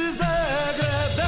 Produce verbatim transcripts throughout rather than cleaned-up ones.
desagradável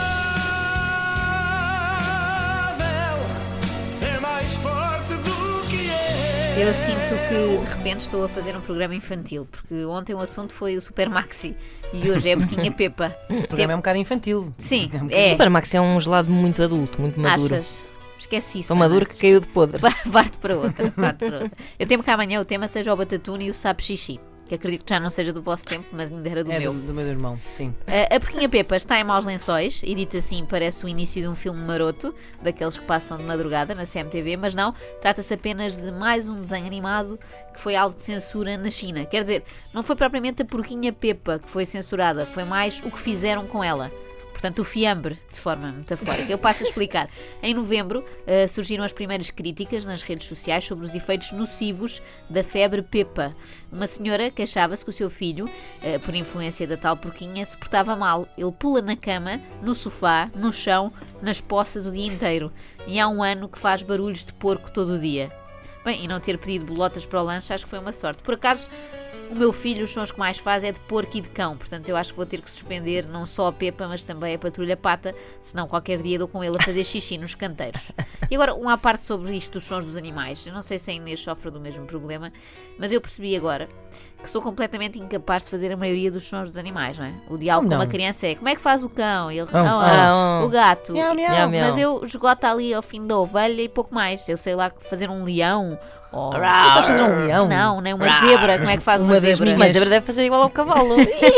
é mais forte do que é. Eu sinto que de repente estou a fazer um programa infantil, porque ontem o assunto foi o Super Maxi e hoje é a Porquinha Pepa. Este programa é um bocado infantil. Sim, um é. O Super Maxi é um gelado muito adulto, muito maduro. Achas? Esquece isso. Tão maduro que caiu de podre. Parte para outra, parte para outra. Eu temo que amanhã o tema seja o batatune e o sapo xixi, que acredito que já não seja do vosso tempo, mas ainda era do É meu. do, do meu irmão, sim. Uh, a Porquinha Pepa está em maus lençóis e dito assim parece o início de um filme maroto, daqueles que passam de madrugada na C M T V, mas não, trata-se apenas de mais um desenho animado que foi alvo de censura na China. Quer dizer, não foi propriamente a Porquinha Pepa que foi censurada, foi mais o que fizeram com ela. Portanto, o fiambre, de forma metafórica. Eu passo a explicar. Em novembro, uh, surgiram as primeiras críticas nas redes sociais sobre os efeitos nocivos da febre Pepa. Uma senhora queixava-se que o seu filho, uh, por influência da tal porquinha, se portava mal. Ele pula na cama, no sofá, no chão, nas poças o dia inteiro. E há um ano que faz barulhos de porco todo o dia. Bem, e não ter pedido bolotas para o lanche acho que foi uma sorte. Por acaso, o meu filho, os sons que mais faz é de porco e de cão, portanto eu acho que vou ter que suspender não só a Pepa, mas também a Patrulha Pata, senão qualquer dia dou com ele a fazer xixi nos canteiros. E agora, uma à parte sobre isto dos sons dos animais. Eu não sei se a Inês sofre do mesmo problema, mas eu percebi agora que sou completamente incapaz de fazer a maioria dos sons dos animais, não é? O diálogo Como com uma não? criança é: como é que faz o cão? E ele, Oh, "Não, ah, oh. o gato. Miau, miau. Miau, miau. Mas eu esgoto ali ao fim da ovelha e pouco mais. Eu sei lá fazer um leão. Ou... Sabes fazer um leão? Não, nem uma zebra. Como é que faz uma, Uma das zebra? minhas- Mas a zebra deve fazer igual ao cavalo.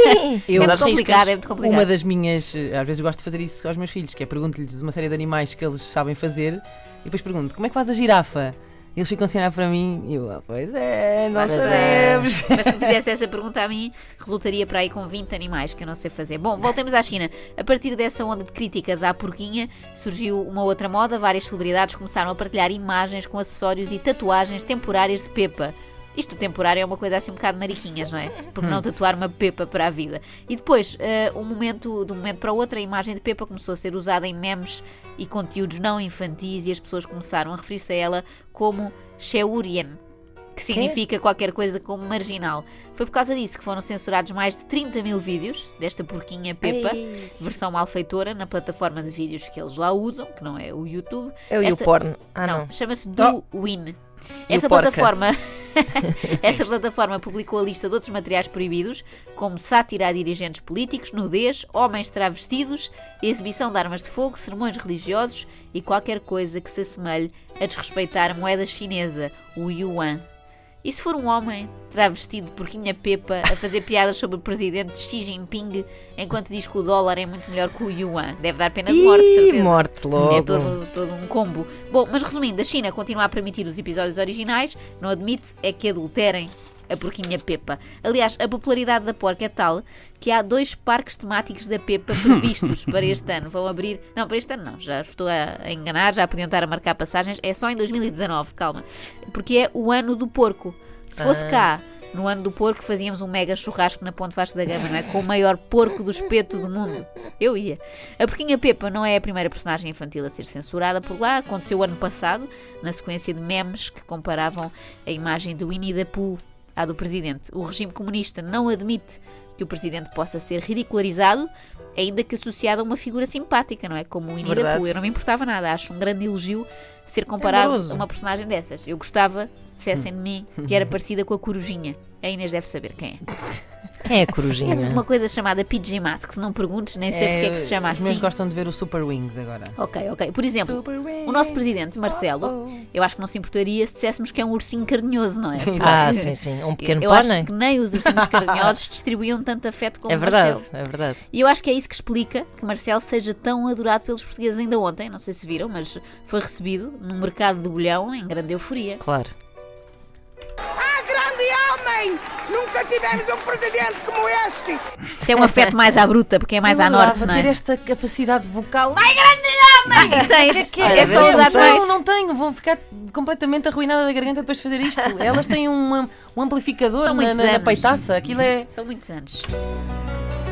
Eu É das muito complicado, riscas. é muito complicado. Uma das minhas, eh, às vezes eu gosto de fazer isso aos meus filhos, que é pergunto-lhes uma série de animais que eles sabem fazer e depois pergunto: como é que faz a girafa? E eles ficam assim a olhar para mim e eu, ah, pois é, não Pois é. sabemos. Mas se me fizesse essa pergunta a mim, resultaria para aí com vinte animais que eu não sei fazer. Bom, voltemos à China. A partir dessa onda de críticas à porquinha, surgiu uma outra moda. Várias celebridades começaram a partilhar imagens com acessórios e tatuagens temporárias de Pepa. Isto temporário é uma coisa assim um bocado mariquinhas, não é? Porque não tatuar uma Pepa para a vida. E depois, uh, um momento, de um momento para o outro, a imagem de Pepa começou a ser usada em memes e conteúdos não infantis e as pessoas começaram a referir-se a ela como Sheurien, que significa qualquer coisa como marginal. Foi por causa disso que foram censurados mais de trinta mil vídeos desta porquinha Pepa, Ei. versão malfeitora, na plataforma de vídeos que eles lá usam, que não é o YouTube. É o Esta- YouPorn. Ah, não, não. chama-se DoWin. Esta Porca. plataforma, esta plataforma publicou a lista de outros materiais proibidos, como sátira a dirigentes políticos, nudez, homens travestidos, exibição de armas de fogo, sermões religiosos e qualquer coisa que se assemelhe a desrespeitar a moeda chinesa, o yuan. E se for um homem travestido de porquinha Pepa a fazer piadas sobre o presidente Xi Jinping enquanto diz que o dólar é muito melhor que o yuan? Deve dar pena de morte, de Ih, certeza. morte logo. É todo, todo um combo. Bom, mas resumindo, a China continua a permitir os episódios originais, não admite é que adulterem a porquinha Pepa. Aliás, a popularidade da porca é tal que há dois parques temáticos da Pepa previstos para este ano. Vão abrir... Não, para este ano não, já estou a enganar, já podiam estar a marcar passagens. É só em dois mil e dezanove, calma. Porque é o ano do porco. Se fosse Ah. cá, no ano do porco, fazíamos um mega churrasco na Ponte Vasco da Gama, não é? Com o maior porco do espeto do mundo. Eu ia. A porquinha Pepa não é a primeira personagem infantil a ser censurada por lá. Aconteceu ano passado, na sequência de memes que comparavam a imagem do Winnie the Pooh à do presidente. O regime comunista não admite que o presidente possa ser ridicularizado, ainda que associado a uma figura simpática, não é? Como o Winnie the Verdade. Pooh. Eu não me importava nada. Acho um grande elogio ser comparado Amoroso. a uma personagem dessas. Eu gostava que dissessem de mim que era parecida com a Corujinha. A Inês deve saber quem é. Quem é a É de corujinha? uma coisa chamada P J Masks. Se não perguntes, nem sei porque é que se chama Os meus assim. gostam de ver o Super Wings agora. Ok, ok. Por exemplo, Super Wings. o nosso presidente, Marcelo, eu acho que não se importaria se disséssemos que é um ursinho carinhoso, não é? Ah, sim, sim. Um pequeno Eu acho pônei. que nem os ursinhos carinhosos distribuíam tanto afeto como É verdade, Marcelo. é verdade. E eu acho que é isso que explica que Marcelo seja tão adorado pelos portugueses ainda ontem. Não sei se viram, mas foi recebido no mercado de Bolhão em grande euforia. Claro. Ah, grande homem! Nunca tivemos um presidente como este! Tem um afeto mais à bruta, porque é mais eu à norte, adorava não é? ter esta capacidade vocal. Ai, grande homem! Tens, Que é Olha, só vês, usar não não, mais. não tenho, vou ficar completamente arruinada da garganta depois de fazer isto. Elas têm uma- um amplificador São na, muitos na, na anos. peitaça, aquilo é. São muitos anos.